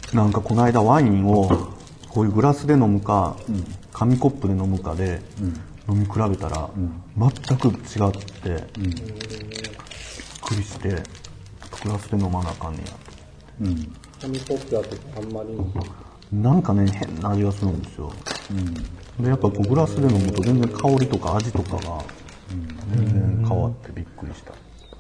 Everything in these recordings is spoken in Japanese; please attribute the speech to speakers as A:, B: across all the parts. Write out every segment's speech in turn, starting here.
A: なんかこの間ワインをこういうグラスで飲むか、紙コップで飲むかで飲み比べたら全く違って、びっくりしてグラスで飲まなあかんねやと。
B: 紙コップだとあんまり
A: なんかね変な味がするんですよ。でやっぱこうグラスで飲むと全然香りとか味とかが全然変わってびっくりした。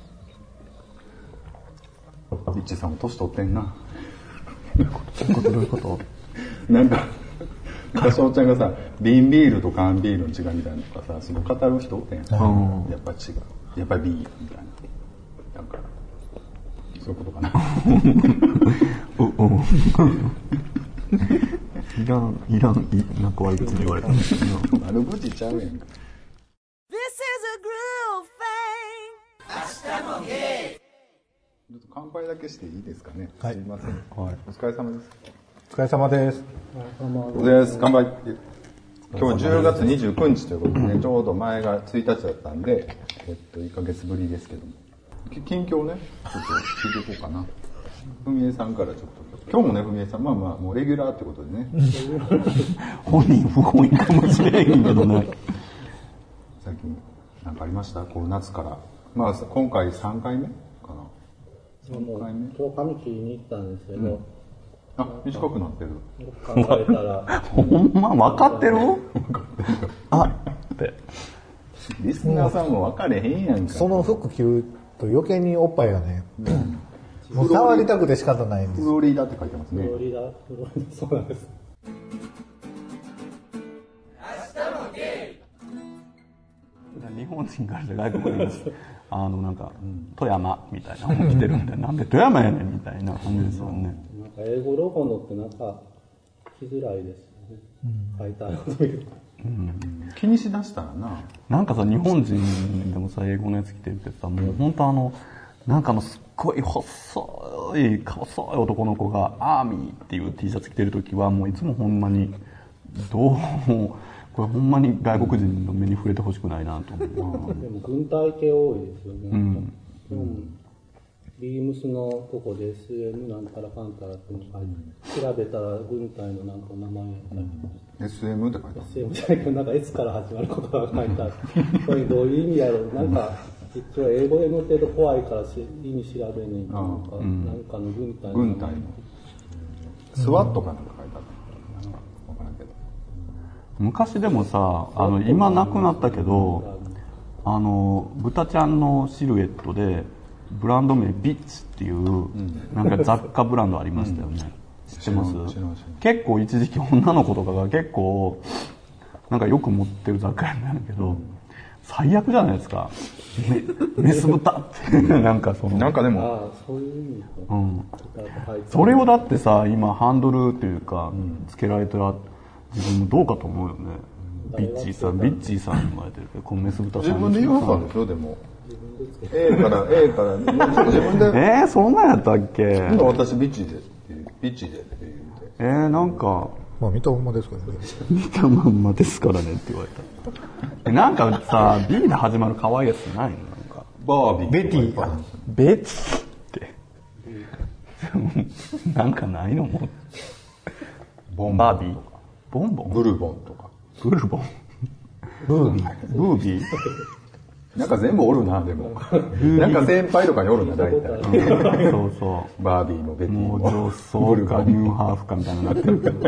C: リッチさんも年取ってんな。
A: どういうこと
C: なんか歌唱ちゃんがさ、瓶ビールと缶ビールの違いみたいなのとかさ、すごい語る人おってんやん。やっぱ違う。やっぱりビールみたいな。なんかそういうことかな。
A: いらんなんか悪口に言われたんですけど。
C: 悪口ちゃうやんか。ちょっと乾杯だけしていいですかね。
D: はい、
C: すいません。
D: はい、
C: お疲れ様です。
D: お疲れ様です。
C: お疲れ様です。乾杯。今日10月29日ということでね、ちょうど前が1日だったんで、1ヶ月ぶりですけども。近況ね、ちょっと聞いていこうかな。ふみえさんからちょっと。今日もね、ふみえさん、まあまあ、もうレギュラーってことでね。
A: 本人不本意かもしれんけどね。
C: 最近、なんかありましたこの夏から。まあ、今回3回目かな。
B: 3回目今日髪切りに行ったんですけど、
C: あ、短くなってる。
B: 考えたら
A: ほんま分かってるあって
C: リスナーさんも分かれへんやんか。
D: その服着ると余計におっぱいがね、もう触りたくて仕方ないんです。
C: フロリダって書いてますね。
B: フロリダ、そうなんです。
A: 日本人からして外国人ですなんか、富山みたいなの来てるんでなんで富山やねんみたいな感じですよね。
B: なんか英語ロゴのってなんか来づらいですよね、書いてあるの見ると。
C: 気にしだしたらな。
A: なんかさ日本人でもさ英語のやつ着てるけどさもう本当なんかすっごい細い男の子がアーミーっていう T シャツ着てる時はもういつもほんまにどうもこれほんまに外国人の目に触れてほしくないなと思う。
B: でも軍隊系多いですよね。ビームスのとこで SM なんたらかんたらっていうの書いて、調べたら軍隊のなんか名前やったりとか。
C: SM って書いてある。
B: SM じゃないけどなんか S から始まる言葉が書いてある。これどういう意味やろう。なんか一応英語で載ってると怖いから意味調べねえとか、なんかの軍隊の。
C: 軍隊の。スワットかなんか書いてあった。わからんけど。
A: 昔でもさ今なくなったけど豚ちゃんのシルエットでブランド名ビッツっていうなんか雑貨ブランドありましたよね。知ってます？結構一時期女の子とかが結構なんかよく持ってる雑貨やったんだけど最悪じゃないですか。メス豚ってなんか
C: なんかでも
B: ああそういう意味か。
A: それをだってさ今ハンドルっていうかつけられたら自分もどうかと思うよね。ビッチーさんに言われてるけどこのメス豚さん
C: 自分で言わはったんでしょでも A から自分で
A: そんなんやったっけ。
C: 今私ビッチでって言って
A: なんか
D: まあ見たまんまですからね。
A: 見たまんまですからねって言われた。なんかさ B で始まる可愛いやつないの？なんか
C: バービー
D: ベティ
A: ベティってなんかないのも
C: ボン
A: バービーボンボン
C: ブルボンとか
A: ブルボン
D: ブービー
C: なんか全部おるなでもなんか先輩とかにおるな大体
A: そうそう
C: バービーもベティも
A: もう女装かニューハーフかみたいになってるけど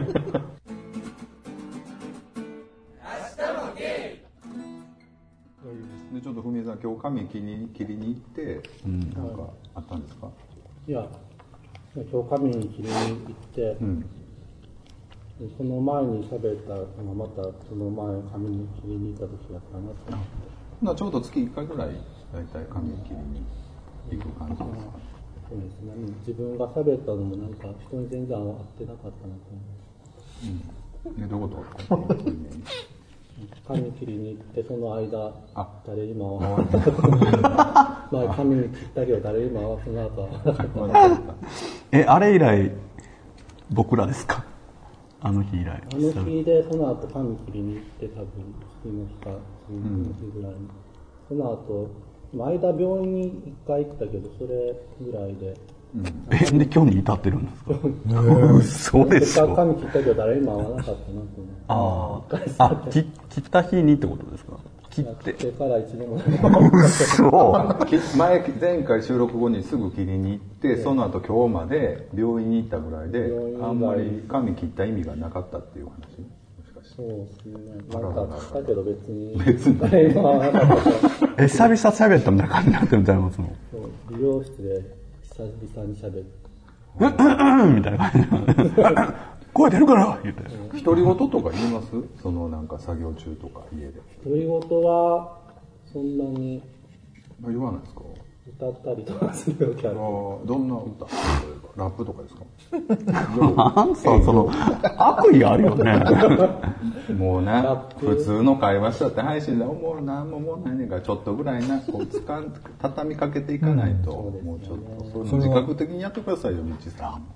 C: でちょっとふみえさん今日髪切りに行って、なんかあったんですか？
B: いや今日髪に切りに行って、その前に喋ったのがまたその前髪に切りに行った時だったなと思って。
C: ちょうど月1回ぐらいだいたい髪切りに行く感じですか？
B: そうですね。自分が喋ったのもなんか人に全然合ってなかったなと思います。
C: どういうこと
B: 髪切りに行ってその間誰にも会わなかったまあ髪に切ったりは誰にも合わせなかった
A: あれ以来僕らですか？あの日以来。
B: あの日でその後髪切りに行って多分次の日か次の日ぐらいに、その後間病院に1回行ったけどそれぐらいで
A: で今日に至ってるんですか？そうですよ。
B: 髪切ったけど誰にも会わなかったなって。
A: 切った日にってことですか？切って
B: から一度も
C: 前回収録後にすぐ切りに行って、その後今日まで病院に行ったぐらいで、あんまり髪切った意味がなかったっていう話。
B: そうですね。なんか切ったけど別に誰にも会わなかった。
A: 久々喋ったみたいな感じになってるんちゃいますの？
B: 美容室で久々に喋る。
A: みたいな感じ。声出るから言って。
C: 独り言とか言います？そのなんか作業中とか家で。
B: 独り言はそんなに
C: 言わないですか？
B: 歌ったりとかする時ある。
C: どんな歌？ラップとかですか？
A: なんさ、その悪意あるよね。
C: もうな、普通の会話したって配信でもう何も思わないねんからちょっとぐらいなこう畳みかけていかないと、もうちょっとそういうの自覚的にやってくださいよ、みちさん。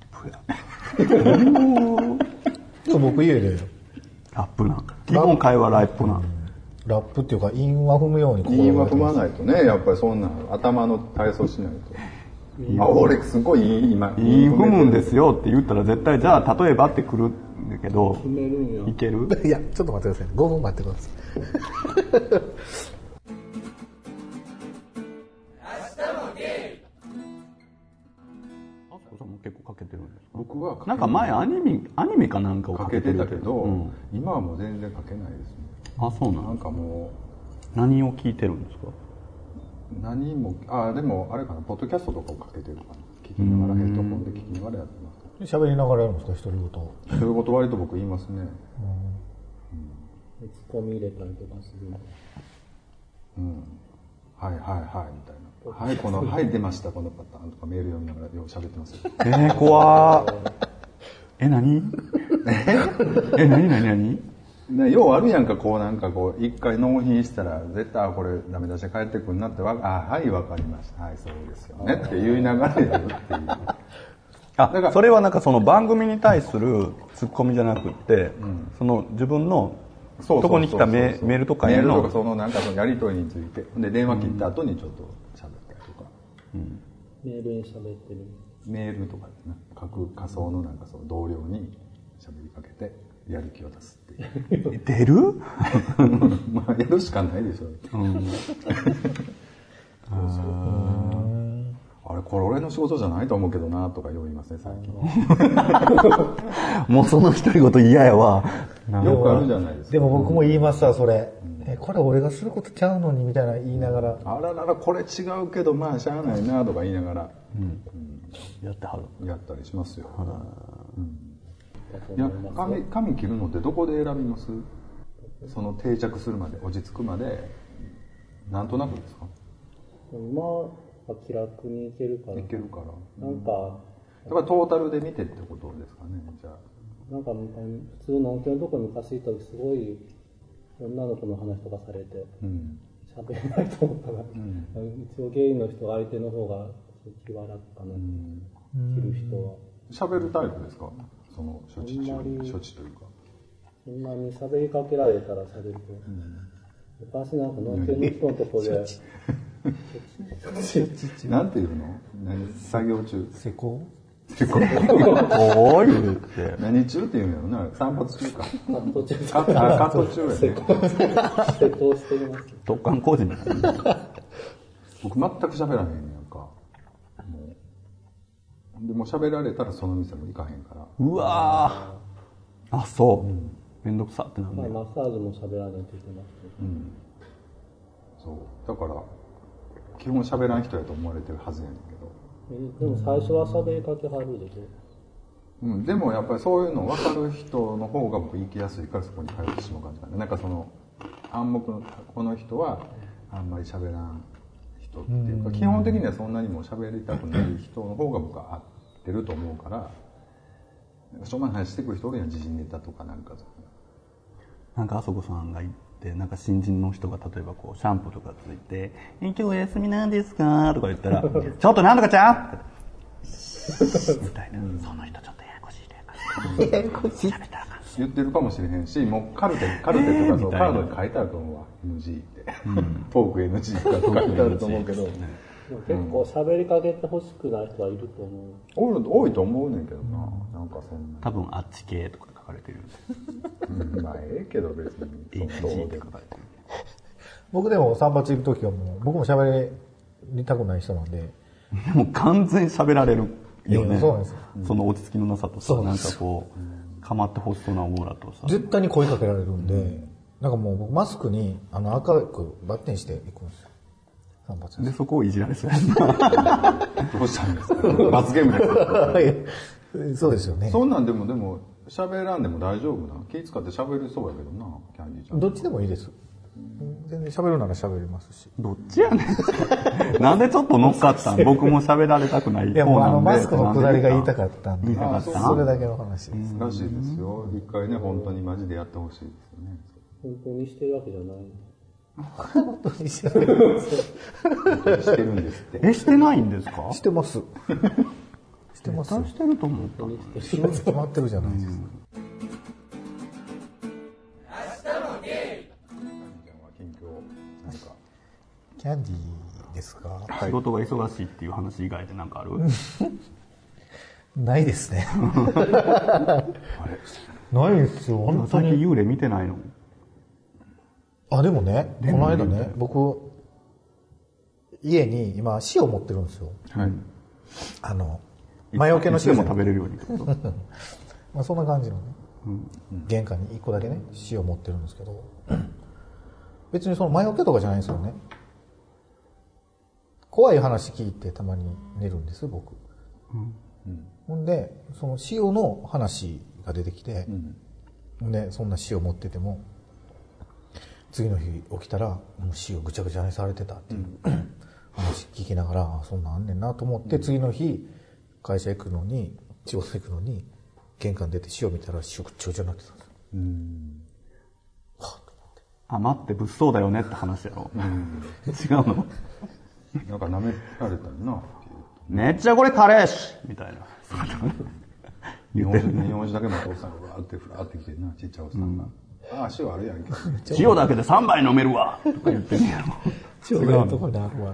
D: 僕家で
A: ラップな。基本会話ラップな。
D: ラップっていうか韻は踏むように
C: 韻は踏まないとね、やっぱりそんな頭の体操しないと。俺すごい今
A: 韻踏むんですよって言ったら絶対じゃあ例えばってくるんだけど、いける？
D: いやちょっと待ってください、5分待ってください。
A: も結構かけてるんですか？
C: 僕は
A: なんか前アニメかなんかを
C: かけてたけど、今はもう全然かけないですね。
A: あ、そうなん。
C: なんかも
A: う何を聞いてるんですか？
C: 何もでもあれかな、ポッドキャストとかをかけてるかな。聞きながらヘッドホンで聞きながらやってます。
D: 喋りながらやるんですか？独り言。
C: 独り言割と僕言いますね。
B: ツッコミ入れたりとかする。
C: はいはいはいみたいな。はい、出ましたこのパターンとかメール読みながらよう喋ってますよ。
A: 怖何？何？
C: ようあるやんか、こうなんかこう一回納品したら絶対これダメ出し帰ってくるなってはいわかりました、はいそうですよねって言いながらやるっていう。
A: だからそれはなんかその番組に対するツッコミじゃなくって、その自分のとこに来たメールとかへの
C: メールとかそのなんかそのやり取りについてで電話切った後にちょっと喋ったりとか、
B: メールに喋ってる。
C: メールとかですね、各仮想のなんかその同僚に喋りかけてやる気を出すっていう。
A: 出る？
C: まあやるしかないでしょ。あれこれ俺の仕事じゃないと思うけどなとかよう言いますね最近。
A: もうその独り言嫌やわ。
C: よくあるじゃないですか。
D: でも僕も言いますわそれ。これ俺がすることちゃうのにみたいな言いながら。
C: あらららこれ違うけどまあしゃあないなとか言いながら、
A: やってはる。
C: やったりしますよ。いや髪切るのってどこで選びます？その定着するまで落ち着くまでなんとなくですか？
B: 今は気楽に行けるから。
C: いけるから。
B: なんか
C: やっぱりトータルで見てってことですかね。じゃあ。
B: なんか普通の音響のとこに昔行った時すごい女の子の話とかされて喋れないと思ったら、一応ゲイの人相手の方が気は楽かな。切る人は。
C: 喋るタイプですか？その処置というか。
B: そんなに喋りかけられたら喋ると。昔なんか農協の人のとこで
C: なんていうの？作業中。
D: 施工？
A: おい言って。
C: 何中っていうんやろな。散髪中か。
B: カット中。
C: カット中やね。
B: 施工してます。
A: 突貫工事みたいな。
C: 僕全く喋らへんねんか。でも喋られたらその店も行かへんから。
A: うわー。あ、そう。めんどくさってなんだよ。
B: マッサージも喋らないといけなくて。
C: そうだから基本喋らん人やと思われてるはずやねんけど。
B: でも最初は喋りかけはるでしょ。
C: でもやっぱりそういうの分かる人の方が僕行きやすいからそこに通ってしまう感じかな。なんかその暗黙のこの人はあんまり喋らん人っていうか、基本的にはそんなにも喋りたくない人の方が僕は合ってると思うから、しょうもない話してくる人には時事ネタとかなんか
A: あそこさんが言ってなんか新人の人が例えばこうシャンプーとかついて「今日お休みなんですか?」とか言ったら「ちょっとなんとかちゃん!」みたいな、その人ちょっとややこしいで喋ったらあかん
C: 言ってるかもしれへんし、もうカルテとかそうカードに書いてあると思うわ。NG って、トーク NG とか書いてあると思うけど、
B: 結構喋りかけてほしくない人はいると思う。
C: 多いと思うねんけどな、なんかそんな。
A: 多分あっち系とか書かれてる。
C: まあええけど別に。
A: HG って書かれてる。
D: 僕でも散髪いる時はもう、僕も喋りたくない人なんで。
A: でも完全に喋られるよね。
D: そうなんですよ。
A: その落ち着きのなさとさ、なんかこう、かまってほしそうなオーラとさ。
D: 絶対に声かけられるんで、なんかもう僕マスクに赤くバッテンしていくんですよ。散髪
A: で、そこをいじられそうや
C: どうしたんですか罰ゲームです
D: そうですよね。
C: そんなんでも喋らんでも大丈夫な。気使って喋りそうやけどな、キャンディーちゃん。
D: どっちでもいいです。全然喋るなら喋りますし。
A: どっちやねん。なんでちょっと乗っかったん僕も喋られたくない方なんで。
D: いやもうマスクのくだりが言いたかったんで、
A: 言いたかった
D: それだけの話です。
C: らしいですよ。一回ね、本当にマジでやってほしいですよね。
B: 本当にしてるわけじゃない。
D: 本当にして
C: してるんですって。
A: してないんですか
D: してます。してます。
A: してると思った。
D: 仕事決まってるじゃないですか。キャンディーですか？
A: 仕事が忙しいっていう話以外でなんかある？
D: ないですね。ないですよ、本当
A: 最近
D: に。
A: 幽霊見てないの？
D: あ、でもね、この間ね、僕、家に今、塩持ってるんですよ。
C: はい。
D: 魔除けの塩
A: いつでも食べれるようにってこと？
D: まあそんな感じのね、玄関に1個だけね、塩持ってるんですけど、別にその魔除けとかじゃないんですよね。怖い話聞いてたまに寝るんです、僕。ほんで、その塩の話が出てきて、で、そんな塩持ってても、次の日起きたら、もう塩ぐちゃぐちゃにされてたっていう話聞きながら、あ、そんなんあんねんなと思って、次の日、会社行くのに、仕事行くのに、玄関出て塩見たら塩ぐちゃぐちゃになってたんですよ。はぁと思って。
A: あ、待って、物騒だよねって話やろ。違うの？
C: なんか舐められたりな。
A: めっちゃこれカレーしみたいな。
C: 日本酒だけのお父さんがわーってふらーって来てな、ちっちゃいおっさんが。ああ、塩あるやんけ。
A: 塩だけで3杯飲めるわとか言ってんやろ。
D: 塩がいいとこにあるわ。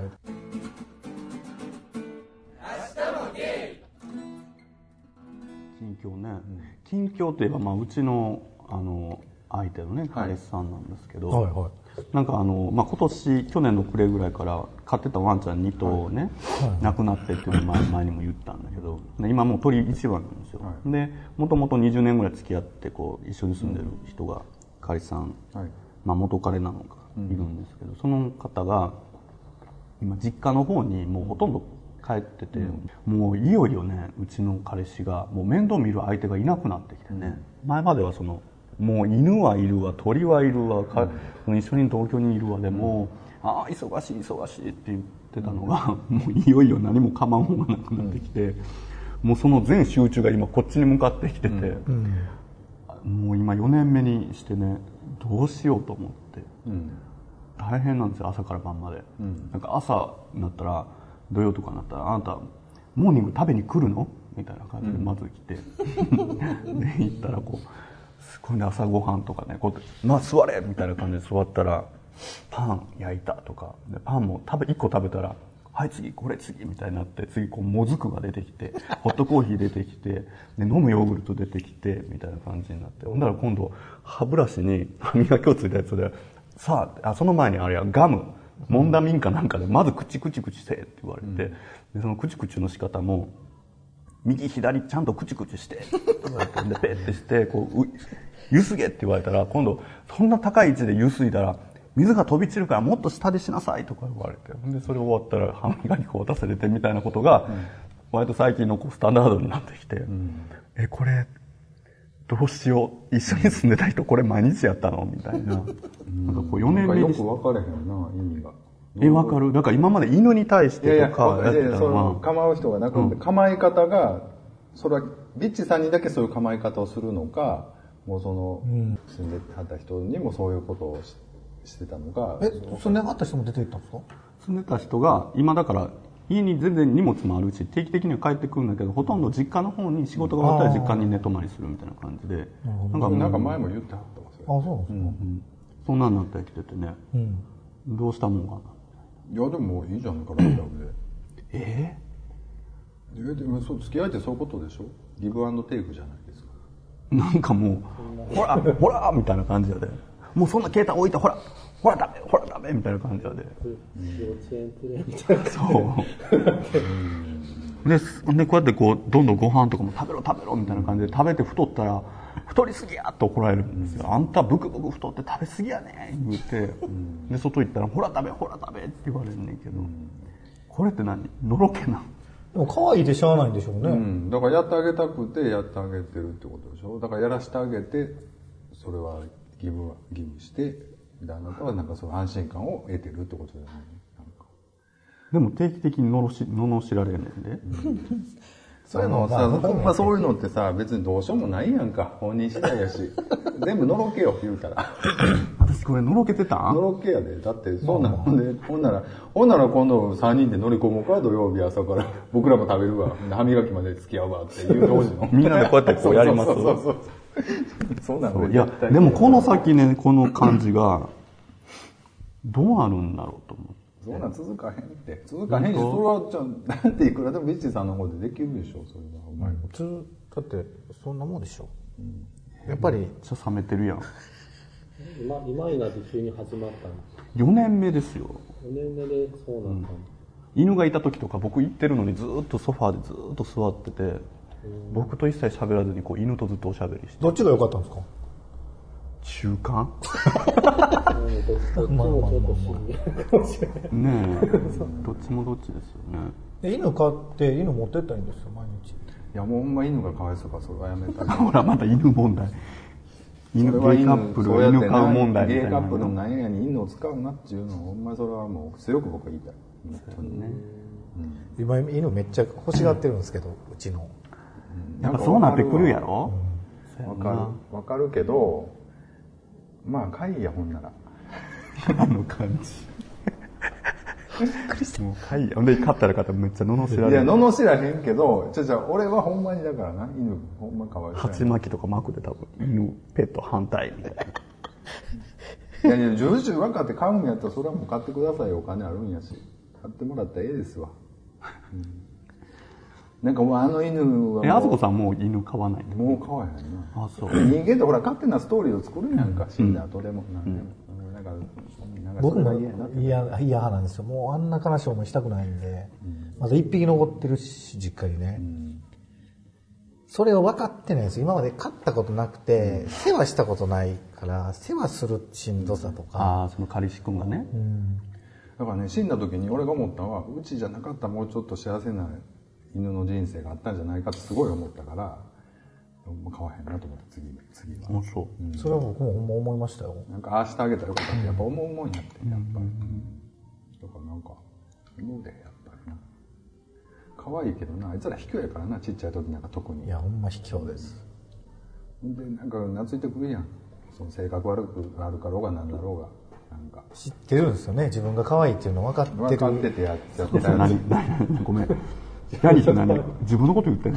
A: 近況ね。近況といえば、まあ、うちの、相手のね、彼氏さんなんですけど、
D: はいはい。
A: なんかまあ、去年の暮れぐらいから飼ってたワンちゃん2頭ね、亡くなってっていうのを前にも言ったんだけど、今もう鳥1羽なんですよ。で、もともと20年ぐらい付き合ってこう一緒に住んでる人が、彼氏さん、まあ、元彼なのかいるんですけど、その方が今実家の方にもうほとんど帰ってて、もういよいよね、うちの彼氏がもう面倒見る相手がいなくなってきてね、前まではもう犬はいるわ、鳥はいるわ、一緒に同居にいるわでも、ああ、忙しい忙しいって言ってたのが、もういよいよ何も構うものがなくなってきて、もうその全集中が今こっちに向かってきてて、もう今4年目にしてね、どうしようと思って、大変なんですよ、朝から晩まで。なんか朝になったら、土曜とかになったら、あなた、モーニング食べに来るのみたいな感じでまず来て、で、行ったらこう、すごいね、朝ごはんとかね、こう、まあ座れみたいな感じで座ったら、パン焼いたとか、でパンも1個食べたら、はい次、これ次みたいになって、次こう、もずくが出てきて、ホットコーヒー出てきて、で、飲むヨーグルト出てきて、みたいな感じになって、ほんだら今度、歯ブラシに歯磨きをついたやつで、さあ、その前にあれや、ガム、モンダミンかなんかで、まず口せって言われて、で、その口の仕方も、右左ちゃんと口してって言われて、で、ペッてして、こう、ゆすげって言われたら、今度、そんな高い位置でゆすいだら、水が飛び散るからもっと下でしなさいとか言われて、で、それ終わったら歯磨き粉を渡されてみたいなことが、割と最近のスタンダードになってきて、これ、どうしよう。一緒に住んでた人これ毎日やったのみたいな。なんかこう4年目に。
C: よく分かれへんな、意味が。
A: わかる。だから今まで犬に対してとかやってたのは。
C: 構う人がなくて、構え方が、それは、ビッチさんにだけそういう構え方をするのか、もう住んではった人にもそういうことをしてたのか。
D: 住んではった人も出ていったんですか？
A: 住んでた人が、今だから、家に全然荷物もあるし、定期的には帰ってくるんだけど、ほとんど実家の方に仕事が終わったら実家に寝泊まりするみたいな感じで。
C: なんか前も言ってはったわ、それ。
D: あ、そうなんですか。
A: そんなんなってきててね。どうしたもんかな。
C: いや、でもいいじゃんか、ライダーで。 でもそう付き合いってそういうことでしょ。ギブアンドテイクじゃないですか。
A: なんかもう、ほら、ほらみたいな感じやで。もうそんな携帯置いた、ほら、ほらダメ、ほらダメみたいな感じやで。
B: 幼稚園プレイみたいな。
A: そう。で、こうやってこう、どんどんご飯とかも食べろ食べろみたいな感じで食べて太ったら、太りすぎやって怒られるんですよ。あんたブクブク太って食べすぎやねん言って、で、外行ったら、ほら食べ、ほら食べって言われるねんけど、これって何？のろけなん？
D: でも可愛いでしゃあないんでしょうね。
C: だからやってあげたくてやってあげてるってことでしょ。だからやらしてあげて、それはギブして、であなたはなんかその安心感を得てるってことじゃない？なんか
A: でも定期的に罵られるねんで。
C: そういうのさ、ほんまそういうのってさ、別にどうしようもないやんか。本人次第やし。全部のろけよ、言うたら。
A: 私これのろけてたん？
C: のろけやで。だって、そんなほんなら今度3人で乗り込もうか、土曜日朝から。僕らも食べるわ。歯磨きまで付き合うわって言うてほしいの。
A: みんなでこうやってこうやります。
C: そうなの。
A: いや、でもこの先ね、この感じが、どうなるんだろうと思って。
C: そんなん続かへんって。続かへんし、それはじゃあ、なんていくらでもビッチさんの方でできるでしょ、それは。うまいこと。
D: だってそんなもんでしょ。やっぱり
A: ちょっと冷めてるやん。
B: 今になって急に始まったんです。
A: 4年目ですよ。
B: 4年目でそうなったんです。
A: 犬がいた時とか僕行ってるのにずっとソファーでずっと座ってて、僕と一切喋らずにこう犬とずっとおしゃべりして。
D: どっちが良かったんですか？
A: 中間
B: どっちもちょっと死んでるかもしれない。
A: ねえ、どっちもどっちですよね。
D: で犬飼って犬持ってったらいいんですよ、毎日。
C: いや、もうほんま犬がかわいそうから、それはやめたい。
A: ほら、また犬問題。犬、ゲイカップル、犬飼う問題みたいな。
C: ゲイカップルの何やに犬を使うなっていうのを、ほんまそれはもう強く僕は言いたい。本当にね。
D: 今犬めっちゃ欲しがってるんですけど、うちの。
A: やっぱそうなってくるやろ？
C: わかるけど、まあ、飼いや、ほんなら。
A: あの感じ。もう飼いや。ほんで、飼ったらめっちゃ罵られる。
C: いや、罵らへんけど、俺はほんまにだからな、犬、ほんまかわいそう。
A: 鉢巻きとか巻くで多分、犬、ペット反対みたいな。
C: いや、重々分かって買うんやったら、それはもう買ってくださいよ、お金あるんやし。買ってもらったらええですわ。なんかもうあの犬は
A: あそこさんもう犬飼わないの？
C: もう飼わへんな。
A: あ、そう。
C: 人間ってほら勝手なストーリーを作るやんか、死んだ後でも。なんか
D: 僕も嫌派なんですよ。もうあんな悲しい思いしたくないんで。まだ一匹残ってるし、実家にね。それを分かってないんですよ。今まで飼ったことなくて、世話したことないから、世話するしんどさとか。
A: ああ、そのカリシ君がね。
C: だからね、死んだ時に俺が思ったのは、うちじゃなかったらもうちょっと幸せな犬の人生があったんじゃないかってすごい思ったから、買わへんなと思って、次は。
A: あ、そう。
D: それは僕もほんま思いましたよ。
C: なんかああしてあげたらよかったってやっぱ思うもんやって、やっぱり。だからなんか、思うで、やっぱりな。可愛いけどな、あいつら卑怯やからな、ちっちゃい時なんか特に。
D: いや、ほんま卑怯です。
C: で、なんか懐いてくるやん。その性格悪くあるかろうがなんだろうが。なんか
D: 知ってるんですよね。自分が可愛いっていうの分かってる。
C: 分かっててやっちゃってたやつ。
A: ごめん。何自分のこと言ってんの？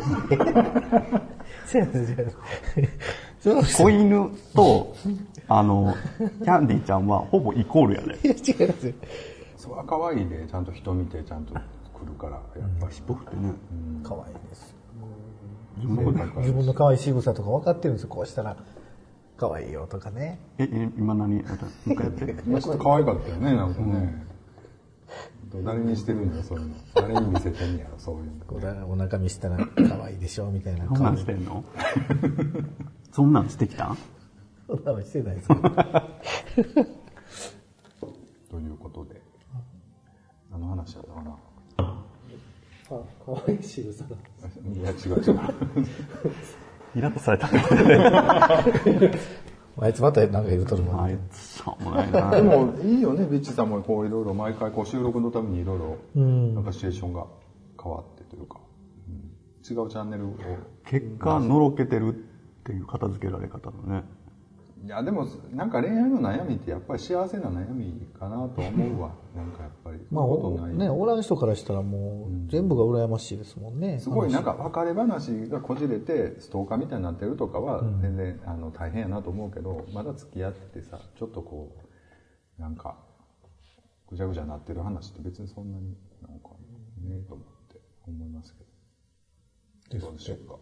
A: 子犬と、キャンディーちゃんはほぼイコールやで。
D: いや、違いますよ。
C: それは可愛いで、ちゃんと人見て、ちゃんと来るから、やっぱり。
A: 僕ってね。
D: 可愛いです。
A: 自
D: 分の可愛い仕草とか分かってるんですよ。こうしたら可愛いよとかね。
A: 今何？もう一回やって。
C: ちょっと可愛かったよね、なんかね。誰にしてるんだよ、そういうの。誰に見せてんやろ、そういうの。
D: お腹見せたら可愛いでしょみたいな。
A: そんなんしてんの？そんなんしてきたん？
D: そんなのしてないです
C: ということで、何の話だったかな。
B: 可愛い仕草だ。
C: いや、違う。
A: イラッとされたん
D: あいつまたなんか言うとるもん。
A: あいつしょうもないな。
C: でもいいよね、ビッチさんもこういろいろ毎回こう収録のためにいろいろなんかシチュエーションが変わってというか、違うチャンネルを。
A: 結果のろけてるっていう片付けられ方のね。
C: いやでもなんか恋愛の悩みってやっぱり幸せな悩みかなと思うわ。なんかやっぱり
D: まあね、おらん人からしたらもう全部が羨ましいですもんね。
C: すごいなんか別れ話がこじれてストーカーみたいになってるとかは全然大変やなと思うけど、まだ付き合ってさ、ちょっとこうなんかぐちゃぐちゃなってる話って別にそんなになんか、 ねと思いますけど。どうでしょうか。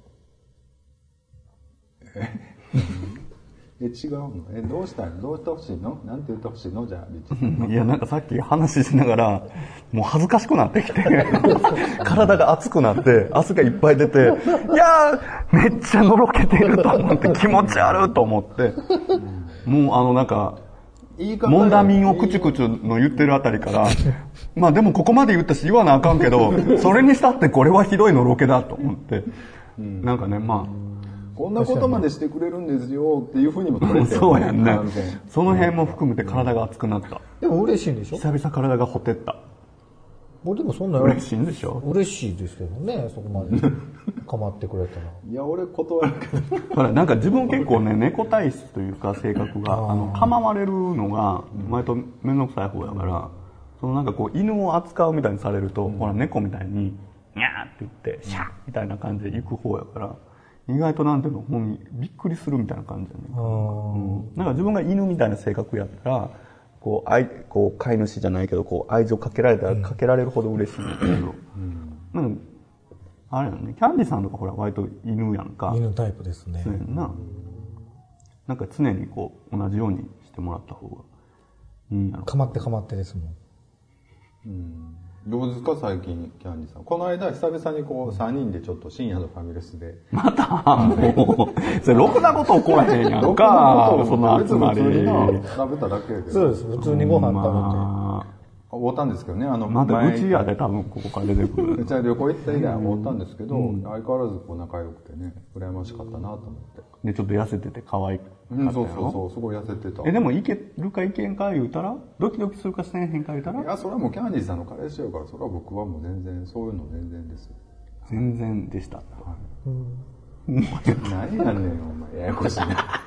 C: 違うの？どうしたいの？どうしてほしいの？なんて言ってほしいの？じゃあ、リッチさん。
A: いや、なんかさっき話しながら、もう恥ずかしくなってきて、体が熱くなって、汗がいっぱい出て、いやー、めっちゃのろけてると思って、気持ち悪いと思って、もうなんか、モンダミンをクチュクチュの言ってるあたりから、まあでもここまで言ったし言わなあかんけど、それにしたってこれはひどいのろけだと思って、なんかね、まあ、
C: こんなことまでしてくれるんですよっていうふうにも取れてる、
A: そうやんね。その辺も含めて体が熱くなった。
D: でも嬉しいんでしょ？
A: 久々体がほてった。
D: 俺でもそんな
A: 嬉しいんでしょ？
D: 嬉しいですけどね、そこまで構ってくれたら。
C: いや、俺断るけど。
A: ほら、なんか自分結構ね、猫体質というか性格が、構われるのが、割とめんどくさい方やから、そのなんかこう、犬を扱うみたいにされると、ほら、猫みたいに、にゃーって言って、シャーみたいな感じで行く方やから、意外となんていうの、ほんにびっくりするみたいな感じやね。なんか自分が犬みたいな性格やったら、こう飼い主じゃないけど、こう愛情かけられたらかけられるほど嬉しいんだけど、なんかあれやね、キャンディさんとかほら割と犬やんか。
D: 犬タイプですね。
A: そうやんな。なんか常にこう同じようにしてもらった方がいいんやろ。
D: かまってですもん。
C: どうですか最近、キャンディさん。この間久々にこう3人でちょっと深夜のファミレスで。
A: またもう、それろくなこと起こらへんやんか。その集まり。
C: 別に普通に食べただけやけど。
D: そうです。普通にご飯食べて。
C: 会ったんですけどね、
A: またうちやで多分ここから出てくる。
C: うちは旅行行った以来会ったんですけど、相変わらずこう仲良くてね、羨ましかったなと思って。
A: で、ちょっと痩せてて可愛かったやろ。
C: そう、すごい痩せてた。
A: でもいけるかいけんか言うたらドキドキするかせんへんか言うたら
C: いや、それはもうキャンディーさんの彼氏やから、それは僕はもう全然、そういうの全然です。
A: 全然でした。
C: 何やねん、お前。ややこしいな。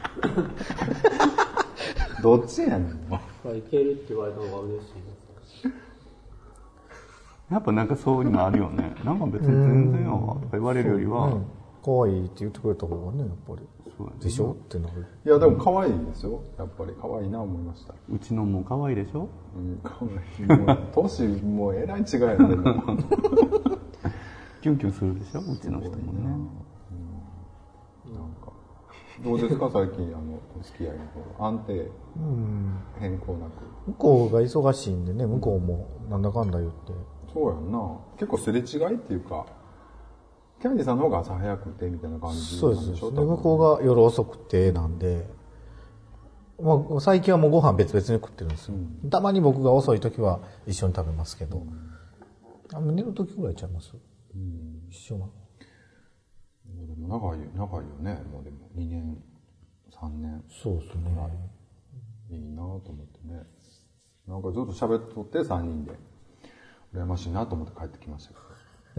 C: どっちやねん、も
B: う。いけるって言われた方が嬉しいです。
A: やっぱなんかそういうのあるよね。なんか別に全然やわとか言われるよりは、
D: 可愛いって言ってくれた方がね、やっぱり。そうでしょってなる。
C: いや、でも可愛いですよ。やっぱり可愛いな思いました。
A: うちのも可愛いでしょ？
C: 可愛い。もう、年、もうえらい違いやね。
A: キュンキュンするでしょ？うちの人もね。
C: なんか、どうですか最近、お付き合いの方。安定、変更なく。
D: 向こうが忙しいんでね、向こうもなんだかんだ言って。
C: そうやんな。結構すれ違いっていうか、キャンディさんの方が朝早くてみたいな感じなんでしょ？
D: そうです。で、向こうが夜遅くてなんで、もう最近はもうご飯別々に食ってるんですよ。たまに僕が遅い時は一緒に食べますけど、寝る時ぐらいちゃいます？一緒なの。
C: でも長いよね。もうでも2年、3年。
D: そうですね。
C: いいなと思ってね。なんかずっと喋っとって3人で。羨ましいなと思って帰ってきましたけど。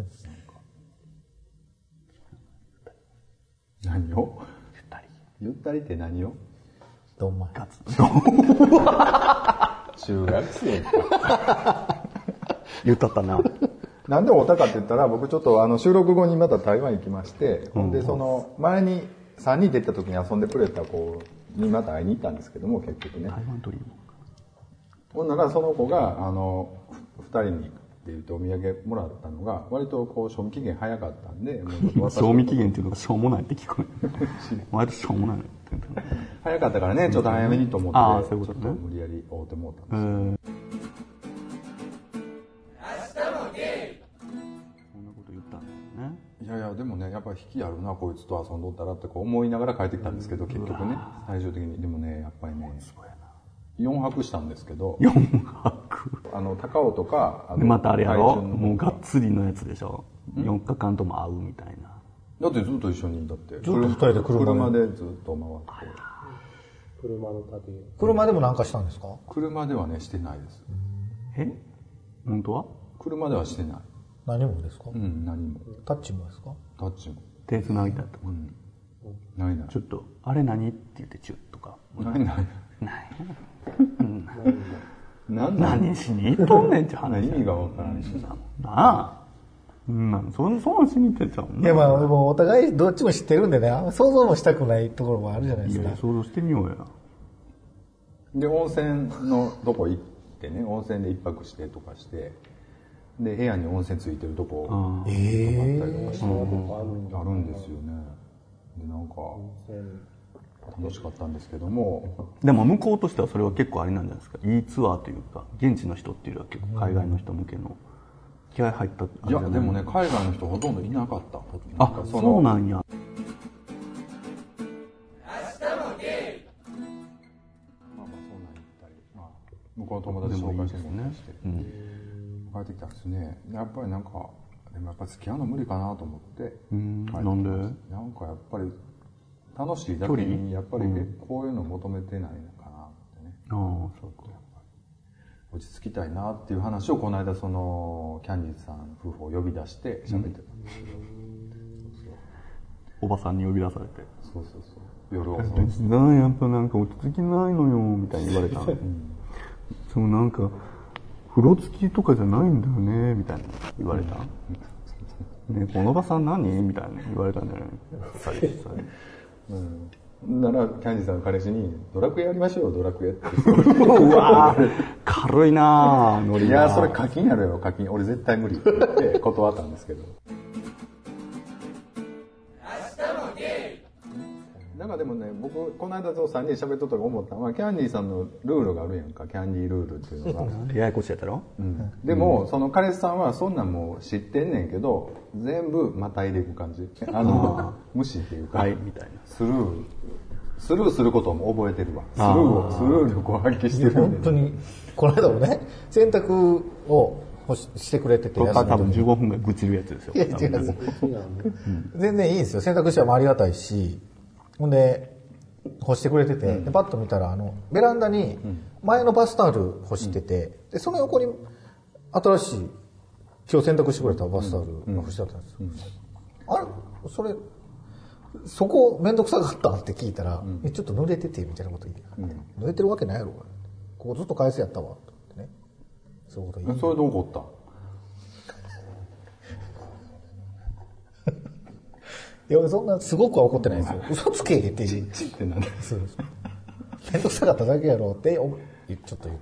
C: 何を？ゆったりって何を？
D: どんまい。
C: 中学生
A: 言ったったな。
C: なんで会ったかって言ったら、僕ちょっと収録後にまた台湾行きまして、ほんでその前に3人で行った時に遊んでくれた子にまた会いに行ったんですけども、結局ね。
A: 台湾ドリーム。
C: ほんならその子が2人にって言ってお土産もらったのが割とこう賞味期限早かったんで、
A: 賞味期限っていうのがしょうもないって聞こえる。割としょうもない。
C: 早かったからね、ちょっと早めにと思って、ちょっと無理やり会うてもらったんですよ。いやいや、でもね、やっぱり引きあるな、こいつと遊んどったらってこう思いながら帰ってきたんですけど、結局ね、最終的に。でもね、やっぱりね、4泊したんですけど、
A: 4泊
C: 高尾とか、
A: またあれやろ、もうがっつりのやつでしょ。4日間とも会うみたいな。
C: だってずっと一緒に、だって。ずっ
D: と2人で
C: 車でずっと回って。
B: 車の旅。
D: 車でもなんかしたんですか？
C: 車ではね、してないです。
A: 本当は？
C: 車ではしてない。
D: 何もですか？
C: 何も。
D: タッチもですか？
C: タッチも。
A: 手繋ぎだとか。
C: ない
A: ちょっと、あれ何って言ってチュッとか。
C: ない
A: 何しに行っとんねんって話。
C: 意味がわからんし。
A: なあ。そんしに行ってちゃう。
D: いや、まあ、もうお互いどっちも知ってるんでね、想像もしたくないところもあるじゃないですか。
A: いや、想像してみようや。
C: で、温泉のとこ行ってね、温泉で一泊してとかして、 で部屋に温泉ついてるとこあったりとかして、あるんですよね。でなんか楽しかったんですけども、
A: でも向こうとしてはそれは結構あれなんじゃないですか、いいツアーというか現地の人っていうのは結構海外の人向けの気合入った。
C: いやでもね海外の人ほとんどいなかった。
A: あ、そうなんや。
C: 向こうの友達紹介してもらって、帰ってきたんですね。やっぱりなんかでもやっぱり付き合うの無理かなと思って。
A: なんで？
C: なんかやっぱり楽しいだけにやっぱりこういうの求めてないのかなってね。
A: そうか。
C: 落ち着きたいなっていう話をこの間そのキャンディーズさん夫婦を呼び出して喋ってたんですけど、
A: おばさんに呼び出されて、
C: そう夜遅く
A: やっぱなんか落ち着きないのよみたいに言われた。そうなんか風呂付きとかじゃないんだよねみたいな言われた。ね、このおばさん何みたいな言われたんじゃない。
C: ならキャンディーさんの彼氏にドラクエやりましょうよドラクエって。
A: うわ軽いなノリが。
C: いやそれ課金やろよ課金俺絶対無理って言って断ったんですけど。なんかでもね僕この間と3人で喋っとったと思ったのはキャンディーさんのルールがあるやんかキャンディールールっていうのが
A: ややこしいやったろ、
C: でもその彼氏さんはそんなんもう知ってんねんけど全部またいでいく感じ無視っていうか、
A: はいみたいな
C: スルーすることも覚えてるわ。スルー力を発揮してるんで、
D: 本当にこの間もね洗濯をしてくれてて、
A: 多分15分ぐらい愚痴るやつですよ。
D: いや違う全然いいんですよ。洗濯してもありがたいし、ほんで干してくれてて、でパッと見たらベランダに前のバスタオル干してて、でその横に新しい今日洗濯してくれたバスタオルが干してあったんですよ。あれそこめんどくさかったって聞いたら、ちょっと濡れててみたいなこと言って、濡れてるわけないやろここずっと返せやったわと思ってね。そういうこと言って。
C: それで怒った。
D: いやそんなすごくは怒ってないですよ。嘘つけって。
C: チッってなんだ。
D: そうです。めんどくさかっただけやろってちょっと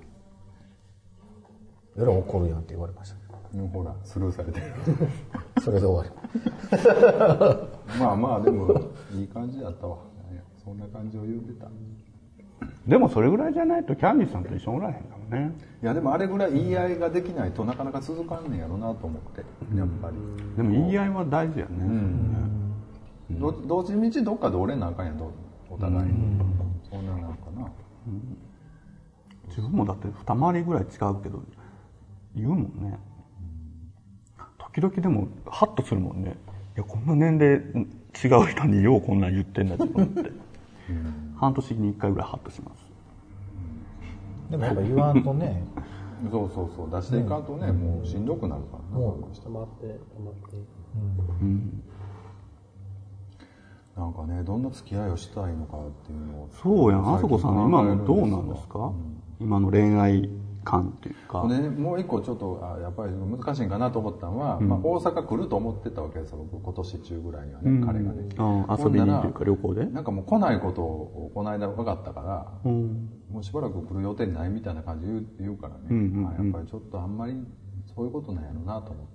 D: 夜怒るやんって言われました。
C: ほらスルーされてる。
D: それで終わ
C: り。まあでもいい感じだったわ。そんな感じを言ってた。
A: でもそれぐらいじゃないとキャンディーさんと一緒におらへんかもね。
C: いやでもあれぐらい言い合いができないとなかなか続かんねんやろなと思って、やっぱり。
A: でも言い合いは大事やね。
C: どっちみちどっかで折れなあかんやんお互いに。そんなのかな。
A: 自分もだって二回りぐらい違うけど言うもんね。時々でもハッとするもんね。いやこんな年齢違う人にようこんなん言ってんだと思って。半年に1回ぐらいハッとします。
D: でもやっぱ言わんとね。
C: そう出していかんとね、もうしんどくなるからな。
B: 溜まって。
C: なんかねどんな付き合いをしたいのかっていうのを。
A: そうやん。あそこさんの今のどうなんですか？今の恋愛観っていうか。
C: もう一個ちょっとやっぱり難しいんかなと思ったのは、大阪来ると思ってたわけですよ僕今年中ぐらいにはね、彼がね。
A: 遊びにというか旅行で。
C: なんかもう来ないことをこの間分かったから、もうしばらく来る予定ないみたいな感じで言うからね、やっぱりちょっとあんまりそういうことなんやろうなと思って。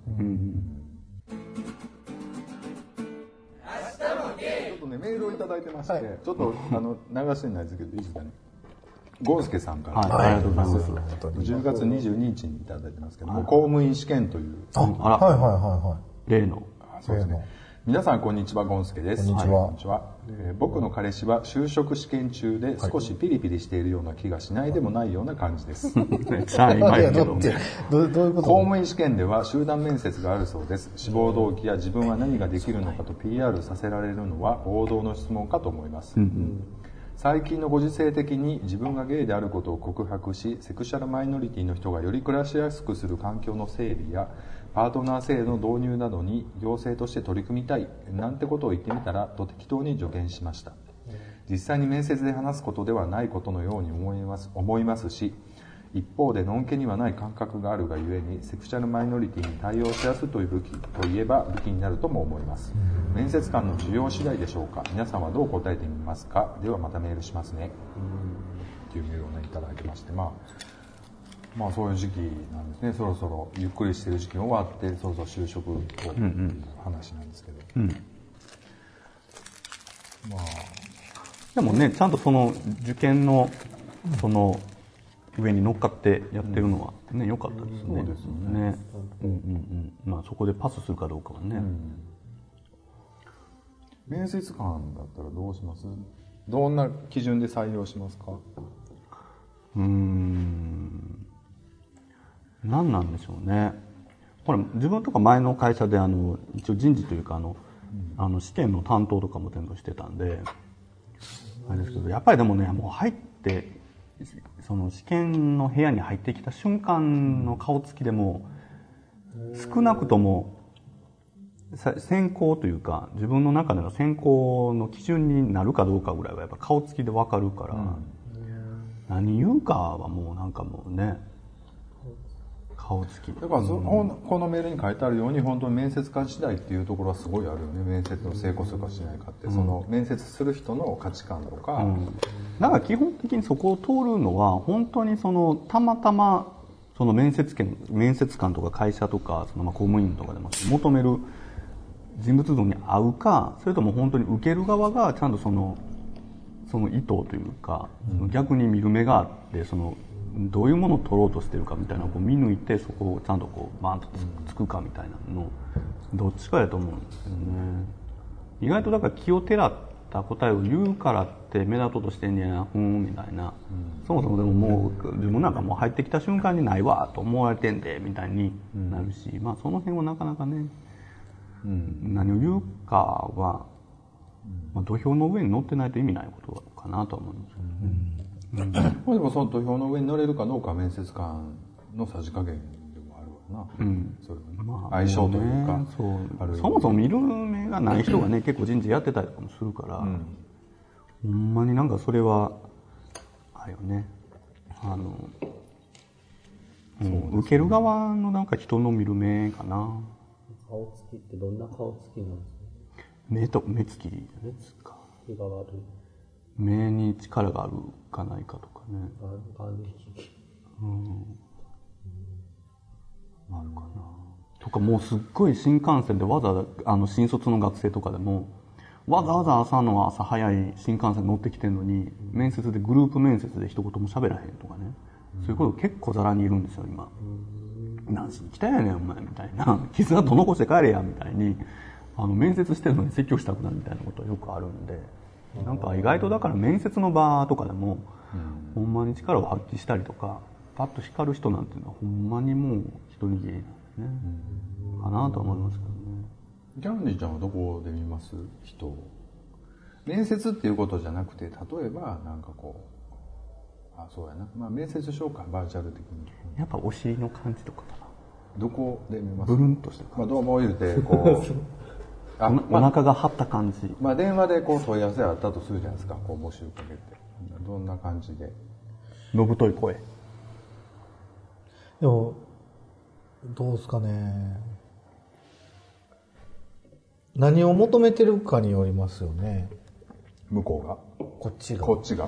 C: ちょっとねメールをいただいてまして、ちょっと流してないですけどいいですかね。ゴンスケさんから、
A: ありがとうございます。
C: 10月22日にいただいてますけども、公務員試験という。
A: 例の。
C: そうですね。皆さんこんにちは、ゴンスケです。
D: こんにちは。こんにちは。
C: 僕の彼氏は就職試験中で少しピリピリしているような気がしないでもないような感じです。
D: どういうこと？
C: 公務員試験では集団面接があるそうです。志望動機や自分は何ができるのかと PR させられるのは王道の質問かと思います。最近のご時世的に自分がゲイであることを告白し、セクシャルマイノリティの人がより暮らしやすくする環境の整備やパートナー制度の導入などに行政として取り組みたいなんてことを言ってみたらと適当に助言しました。実際に面接で話すことではないことのように思いますし、一方でのんけにはない感覚があるがゆえにセクシャルマイノリティに対応しやすいという武器といえば武器になるとも思います。面接官の需要次第でしょうか。皆さんはどう答えてみますか。ではまたメールしますね。っていうメールをねいただいてまして、 まあそういう時期なんですね。そろそろゆっくりしてる時期が終わってそろそろ就職をっていう話なんですけど、
A: まあでもねちゃんとその受験のその上に乗っかってやってるのはね良かったですね。
C: そうですよね。
A: まあそこでパスするかどうかはね。
C: 面接官だったらどうします？どんな基準で採用しますか？
A: 何なんでしょうね。これ自分とか前の会社で一応人事というか試験の担当とかも全部してたんであれですけど、やっぱりでもねもう入ってその試験の部屋に入ってきた瞬間の顔つきでも少なくとも選考というか自分の中での選考の基準になるかどうかぐらいはやっぱ顔つきで分かるから、何言うかはもうなんかもうね顔つき
C: だからこのメールに書いてあるように本当に面接官次第っていうところはすごいあるよね。面接の成功するかしないかって、その面接する人の価値観とか、
A: だから基本的にそこを通るのは本当にそのたまたまその面接官とか会社とかその公務員とかでも求める人物像に合うか、それとも本当に受ける側がちゃんとその意図というか、逆に見る目があってどういうものを取ろうとしてるかみたいなのを見抜いてそこをちゃんとバーンとつくかみたいなのどっちかやと思うんですよね。意外とだから気をてらった答えを言うからって目立とうとしてんねやみたいな、そもそもでももう自分なんかもう入ってきた瞬間にないわと思われてんでみたいになるし、まあその辺はなかなかね、何を言うかは、まあ、土俵の上に乗ってないと意味ないことかなとは思うんですよね。
C: でもその土俵の上に乗れるかどうかは面接官のさじ加減でもあるわな、それはね、まあ、相性というか、
A: そもそも見る目がない人がね結構人事やってたりとかもするから、ほんまになんかそれはあれよね、受ける側のなんか人の見る目かな。
B: 顔つきってどんな顔つきなんですか？
A: 目つきですか。
B: 気が悪い。
A: 目に力があるかないかとかね。あるかな。とかもうすっごい新幹線でわざわざ新卒の学生とかでもわざわざ朝早い新幹線乗ってきてるのに面接でグループ面接で一言も喋らへんとかね、そういうこと結構ざらにいるんですよ今。何しに来たやねんお前みたいな、傷跡残して帰れやみたいに面接してるのに説教したくなるみたいなことはよくあるんで、なんか意外とだから面接の場とかでも、ほんまに力を発揮したりとかパッと光る人なんていうのはほんまにもう一握りなんですね、かなと思いますけどね。
C: キャンディちゃんはどこで見ます人を？面接っていうことじゃなくて、例えばなんかそうやな、まあ面接しようか、バーチャル的に。
A: やっぱお尻の感じとかかな。
C: どこで見ます？
A: ブルンとした感じ。
C: まあどうも言うて
A: お腹が張った感じ。
C: まあ電話で問い合わせあったとするじゃないですか、募集かけて。どんな感じで？
A: のぶとい声。
D: でもどうですかね。何を求めてるかによりますよね。
C: 向こうが？
D: こっちが。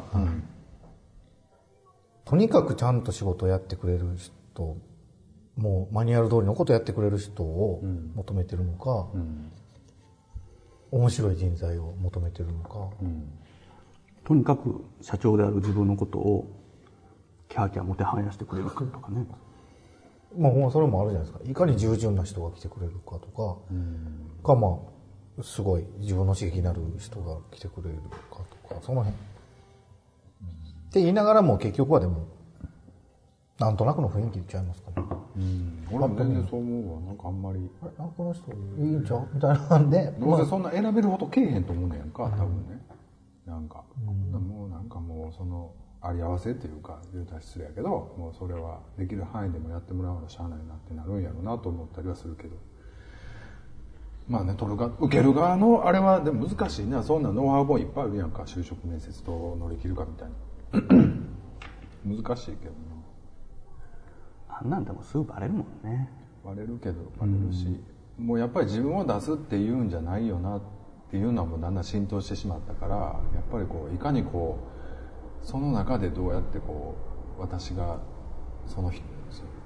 D: とにかくちゃんと仕事をやってくれる人、もうマニュアル通りのことをやってくれる人を求めてるのか、面白い人材を求めてるのか、
A: とにかく社長である自分のことをキャーキャーもてはやしてくれるかとかね。
D: まあそれもあるじゃないですか。いかに従順な人が来てくれるかとか、まあすごい自分の刺激になる人が来てくれるかとか、その辺。って言いながらも結局はでもなんとなくの雰囲気言っちゃいますかね。
C: 俺も全然そう思うわ。なんかあんまり
D: この人いいんちゃうみたいなんで、
C: どうせそんな選べるほどけえへんと思うねやんか、多分ね。なんかもうなんかもうそのあり合わせっていうか言うたら失礼やけど、もうそれはできる範囲でもやってもらうのしゃあないなってなるんやろうなと思ったりはするけど、まあね、受ける側のあれはでも難しいな。そんなノウハウ本いっぱいあるやんか、就職面接と乗り切るかみたいな難しいけどな。
A: あんなんでもすぐバレるもんね。
C: バレるけどバレるし、もうやっぱり自分を出すっていうんじゃないよなっていうのはもうだんだん浸透してしまったから、やっぱりいかにその中でどうやって私がその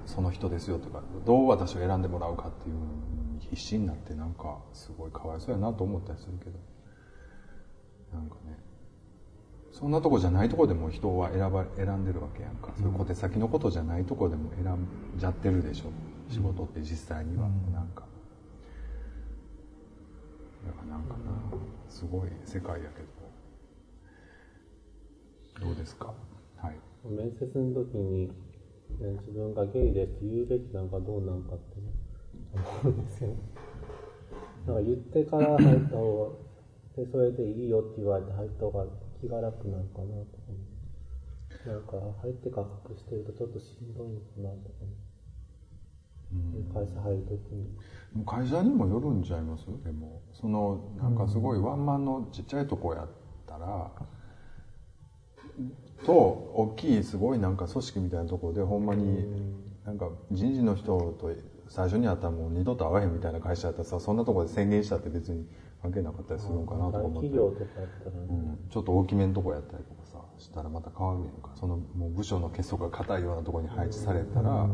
C: その人ですよとかどう私を選んでもらうかっていうのに必死になってなんかすごいかわいそうやなと思ったりするけど、なんかねそんなとこじゃないとこでも人は選んでるわけやんか、そういう小手先のことじゃないとこでも選んじゃってるでしょ、仕事って実際には、なんかだからなんかなすごい世界やけど、どうですか。はい、
B: 面接の時に、自分がゲイですって言うべきなんかどうなんかって思うんですよ。なんか言ってから入った方がでそれでいいよって言われて入った方が気が楽なのかなとか、なんか入って隠してるとちょっとしんどいのかなとか、会社入る時に。
C: 会社にもよるんちゃいます。でもそのなんかすごいワンマンのちっちゃいとこやったら、と大きいすごいなんか組織みたいなところでほんまになんか人事の人と最初に会ったらもう二度と会わへんみたいな会社だったらさ、そんなところで宣言したって別に関係なかったりするのかなとか思って、
B: 企業とかやったら、
C: ちょっと大きめのとこやったりとかさしたらまた変わるやんか。そのもう部署の結束が固いようなところに配置されたら、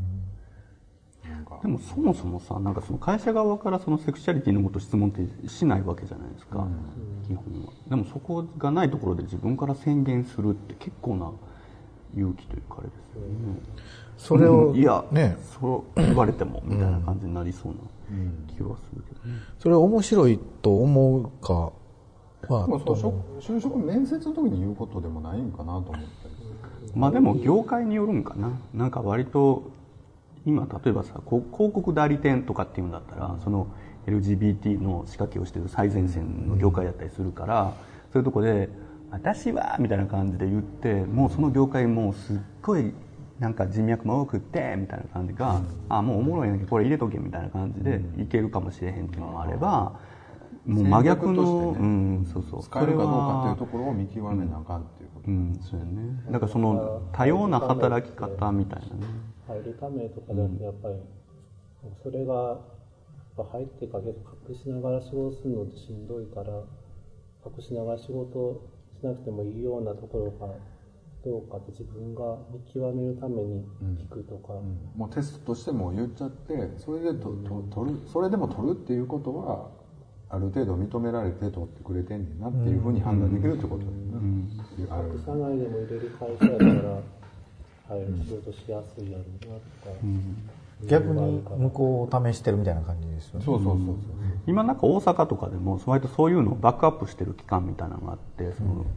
A: でもそもそもさ、なんかその会社側からそのセクシャリティのこと質問ってしないわけじゃないですか、基本は。でもそこがないところで自分から宣言するって結構な勇気というかあれですよね。
D: それを
A: いや、
D: ね、
A: そう言われてもみたいな感じになりそうな気はするけどね。
D: それを面白いと思うかは、
C: でも就職面接の時に言うことでもないんかなと思ったりする。
A: まあでも業界によるんかな。なんか割と今例えばさ、広告代理店とかっていうんだったら、その LGBT の仕掛けをしている最前線の業界だったりするから、そういうとこで私はみたいな感じで言って、もうその業界もうすっごいなんか人脈も多くってみたいな感じが、あ、もうおもろいんやけどこれ入れとけみたいな感じでいけるかもしれへんっていうのもあれば、もう真逆の、そうそう、
C: 使えるかどうかっていうところを見極めなあかんっていうこと。
A: そうやね。だからその多様な働き方みたいなね。
B: 入るためとかだとやっぱり、それが入ってかけど隠しながら仕事するのってしんどいから、隠しながら仕事しなくてもいいようなところがどうかって自分が見極めるために聞くとか、
C: もうテストとしても言っちゃって、それで取る、それでも取るっていうことはある程度認められて取ってくれてんねんなっていうふうに判断できるってことだよね。
B: 隠さないでも入れる会社やったら仕事しやすいやろうなとか、
D: 逆に向こうを試してるみたいな感じですよね。
C: そう。
A: 今なんか大阪とかでも割とそういうのをバックアップしてる機関みたいなのがあって、その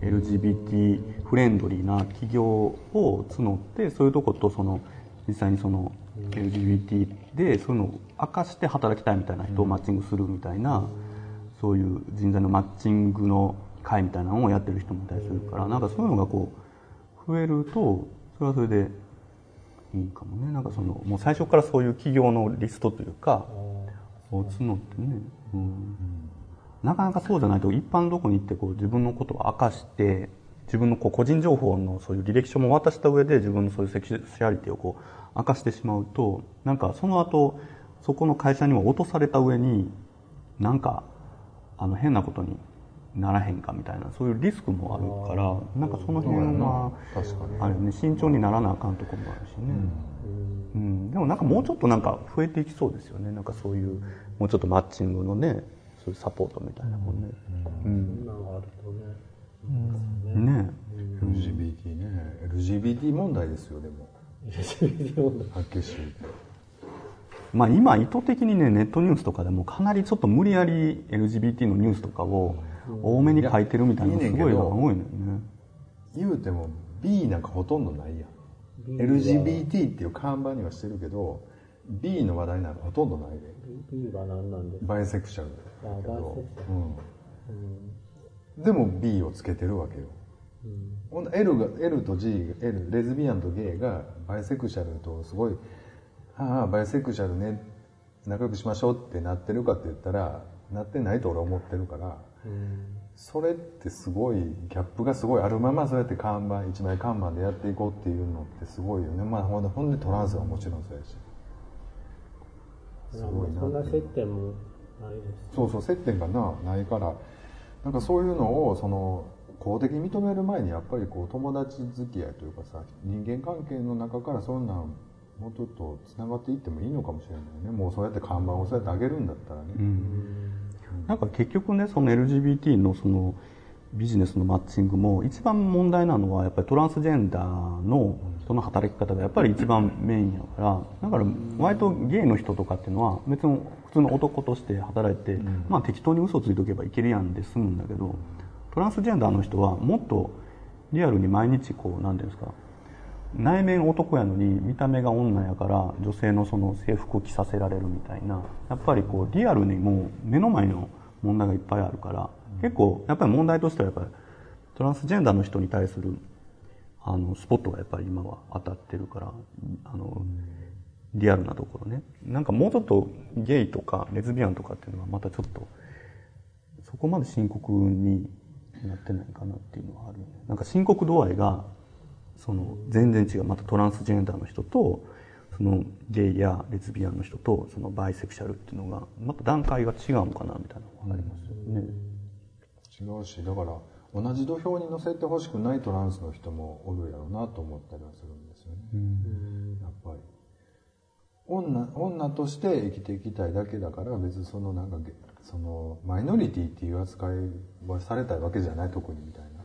A: LGBT フレンドリーな企業を募って、そういうとことその実際にその LGBT でそういうのを明かして働きたいみたいな人をマッチングするみたいな、そういう人材のマッチングの会みたいなのをやってる人もいたりするから、なんかそういうのがこう増えるとそれはそれでいいかもね。なんかそのもう最初からそういう企業のリストというかを募ってね、なかなかそうじゃないと一般のとこに行ってこう自分のことを明かして、自分のこう個人情報のそういう履歴書も渡した上で自分のそういうセクシャリティをこう明かしてしまうと、なんかその後そこの会社にも落とされた上になんか変なことにならへんかみたいな、そういうリスクもあるから、なんかその辺はあれね、慎重にならなあかんところもあるしね。でもなんかもうちょっとなんか増えていきそうですよね。なんかそういうもうちょっとマッチングのね、そういうサポートみたいなもんね。
B: そんなのがあるとね。
C: LGBT ね、LGBT 問題ですよ。でも
B: LGBT 問題
C: はっきりしてる。
A: まあ今意図的にね、ネットニュースとかでもかなりちょっと無理やり LGBT のニュースとかを多めに書いてるみたいなのすごいのが多いのよね。
C: 言うても B なんかほとんどないやん。LGBT っていう看板にはしてるけど B の話題なんかほとんどないで。
B: B は何なんですか。
C: バイセクシャルだけど、
B: バイセクシャル、
C: でも B をつけてるわけよ。L と G、レズビアンとゲイがバイセクシャルとすごいバイセクシャルね仲良くしましょうってなってるかって言ったらなってないと俺は思ってるから、それってすごいギャップがすごいあるままそうやって一枚看板でやっていこうっていうのってすごいよね。まあほんでトランスはもちろんそうやし、
B: すごいな。そんな接点もないです。
C: そう接点がないから、なんかそういうのをその公的に認める前にやっぱりこう友達付き合いというかさ、人間関係の中からそんなんもうちょっとつながっていってもいいのかもしれないね。もうそうやって看板をそうやって上げるんだったらね。
A: なんか結局ね、その LGBT のそのビジネスのマッチングも一番問題なのはやっぱりトランスジェンダーの人の働き方がやっぱり一番メインやから、だから割とゲイの人とかっていうのは別に普通の男として働いて、まあ適当に嘘ついとけばいけるやんで済むんだけど、トランスジェンダーの人はもっとリアルに毎日こう、なんていうんですか、内面男やのに見た目が女やから女性のその制服を着させられるみたいな、やっぱりこうリアルにもう目の前の問題がいっぱいあるから、結構やっぱり問題としてはやっぱりトランスジェンダーの人に対するスポットがやっぱり今は当たってるから、リアルなところね、なんかもうちょっとゲイとかレズビアンとかっていうのはまたちょっとそこまで深刻になってないかなっていうのはあるよね。なんか深刻度合いがその全然違う。またトランスジェンダーの人とそのゲイやレズビアンの人とそのバイセクシャルっていうのがまた段階が違うのかなみたいなのがありますよね。
C: 違うし、だから同じ土俵に乗せてほしくないトランスの人もおるやろうなと思ったりはするんですよね。やっぱり女として生きていきたいだけだから、別にそのなんかそのマイノリティっていう扱いはされたいわけじゃない、特にみたいな。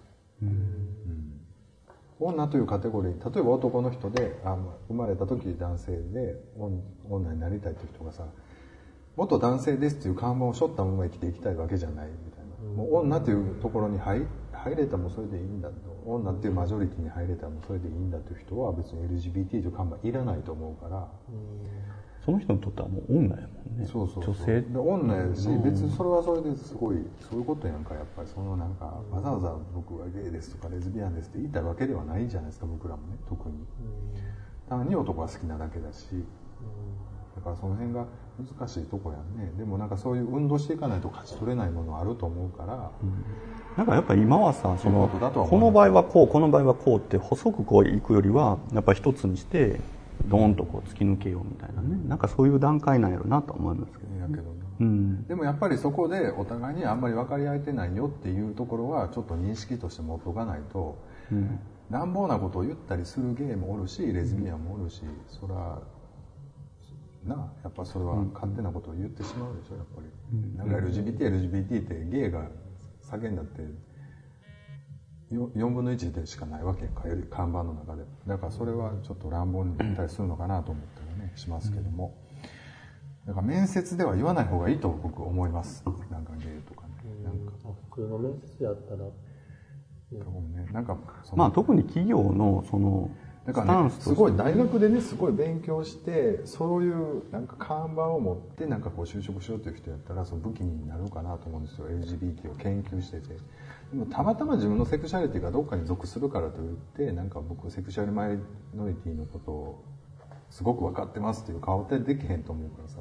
C: 女というカテゴリー、例えば男の人で生まれた時男性で女になりたいという人がさ、元男性ですっていう看板を背負ったまま生きていきたいわけじゃないみたいな。もう女というところに入れたもそれでいいんだと、女っていうマジョリティに入れたもそれでいいんだという人は別に LGBT という看板いらないと思うから、
A: その人にとってはもう女やもんね。
C: そう
A: 女性
C: で女やし、別にそれはそれですごいそういうことやんか。やっぱりそのなんかわざわざ僕はゲイですとかレズビアンですって言いたいわけではないじゃないですか、僕らもね。特に単に男が好きなだけだし、だからその辺が難しいとこやんね。でもなんかそういう運動していかないと勝ち取れないものあると思うから、
A: なんかやっぱり今はさ、そのこの場合はこうこの場合はこうって細くこういくよりはやっぱり一つにしてドーンとこう突き抜けようみたいなね、なんかそういう段階なんやろうなと思いますけど、
C: やけどな、でもやっぱりそこでお互いにあんまり分かり合えてないよっていうところはちょっと認識として持っとかないと、乱暴なことを言ったりするゲイもおるしレズビアンもおるし、そらやっぱそれは勝手なことを言ってしまうでしょ、やっぱり。なんか LGBT ってゲイが叫んだって4分の1でしかないわけやんか、看板の中で。だからそれはちょっと乱暴に言ったりするのかなと思ったりねしますけども、だから面接では言わない方がいいと僕思います。なんかゲイとかね、なんか
B: 普通の面接やったら、
C: なんか
A: まあ特に企業のその
C: だからね、すごい大学でねすごい勉強してそういうなんか看板を持ってなんかこう就職しようという人やったらその武器になるかなと思うんですよ。 LGBT を研究してて、でもたまたま自分のセクシャリティがどっかに属するからといってなんか僕セクシャルマイノリティのことをすごく分かってますっていう顔ってできへんと思うからさ、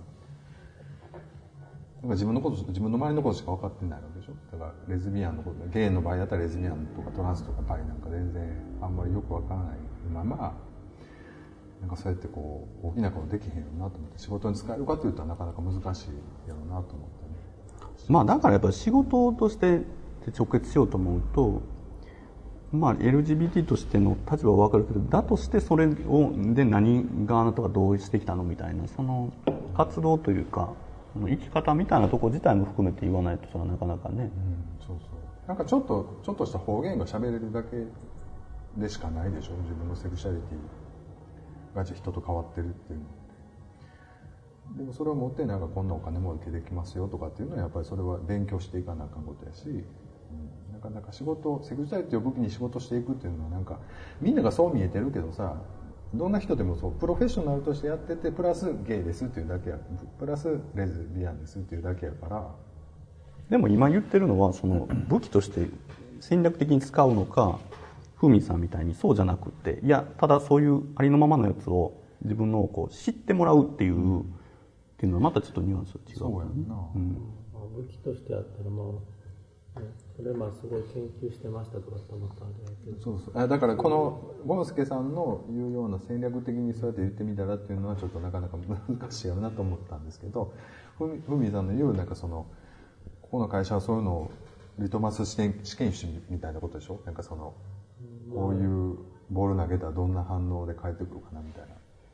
C: なんか自分の周りのことしか分かってないわけでしょ。だからレズビアンのことゲイの場合だったらレズビアンとかトランスとかバイなんか全然あんまりよく分からないままなんかそうやってこう大きなことできへんよなと思って、仕事に使えるかというとなかなか難しいやろうなと思ってね。
A: まあだからやっぱり仕事として直結しようと思うと、まあ LGBT としての立場は分かるけど、だとしてそれをで何があなたがどうしてきたのみたいなその活動というか生き方みたいなところ自体も含めて言わないとそれはなかなかね、
C: そうなんかちょっとした方言が喋れるだけでしかないでしょ、自分のセクシャリティが人と変わってるっていうのって。でもそれを持ってなんかこんなお金も受けてきますよとかっていうのはやっぱりそれは勉強していかなあかんことやし、なかなかセクシャリティを武器に仕事していくっていうのはなんかみんながそう見えてるけどさ、どんな人でもそうプロフェッショナルとしてやっててプラスゲイですっていうだけや、プラスレズビアンですっていうだけやから。
A: でも今言ってるのはその武器として戦略的に使うのか、ふみさんみたいにそうじゃなくて、いやただそういうありのままのやつを自分のこう知ってもらうっていうのはまたちょっとニュアンスが違う。
C: そうやんな、
B: 武器としてあったらもう、それすごい研究してましたとかって思ったんだけど、
C: そうだからこのゴンスケさんの言うような戦略的にそうやって言ってみたらっていうのはちょっとなかなか難しいやろなと思ったんですけど、ふみさんの言うなんかそのここの会社はそういうのをリトマス試験紙みたいなことでしょ。なんかそのこういうボール投げたらどんな反応で返ってくるかなみたいな。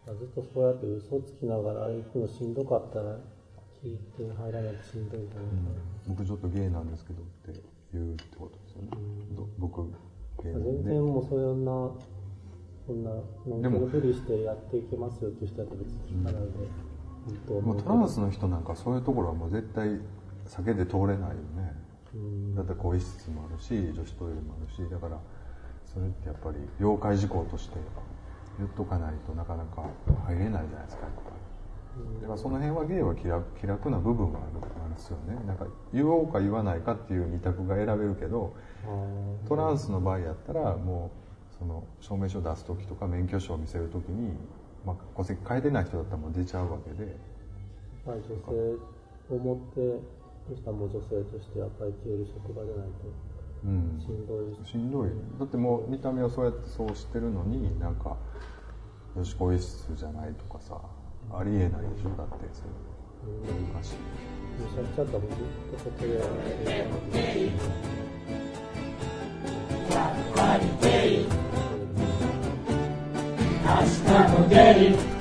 B: ずっとそうやって嘘つきながら行くのしんどかったら聞いて入らないとしんどいんじゃないかな、
C: 僕ちょっとゲイなんですけどって言うってことですよね、僕ゲイなんで
B: 全然もうそんなのんきのふりしてやっていけますよっていう人だと別に聞かないで、
C: もうトランスの人なんかそういうところはもう絶対避けて通れないよね、だって更衣室もあるし女子トイレもあるし、だからそれってやっぱり要介事項として言っとかないとなかなか入れないじゃないですか、やっぱり。だからその辺はゲイは気楽な部分があるんですよね。なんか言おうか言わないかっていう二択が選べるけど、トランスの場合やったらもうその証明書を出す時とか免許証を見せる時に、まあ、戸籍変えてない人だったらもう出ちゃうわけで、
B: やっぱり女性を持ってどうしたらもう女性としてやっぱり消える職場でないとしんどい、
C: しんどい。だってもう見た目をそうやってそうしてるのになんか女子更衣室じゃないとかさ、ありえないでしょ。だってそれ難しい。
B: むしゃくちゃったもんずっとそこでやって明日もゲイ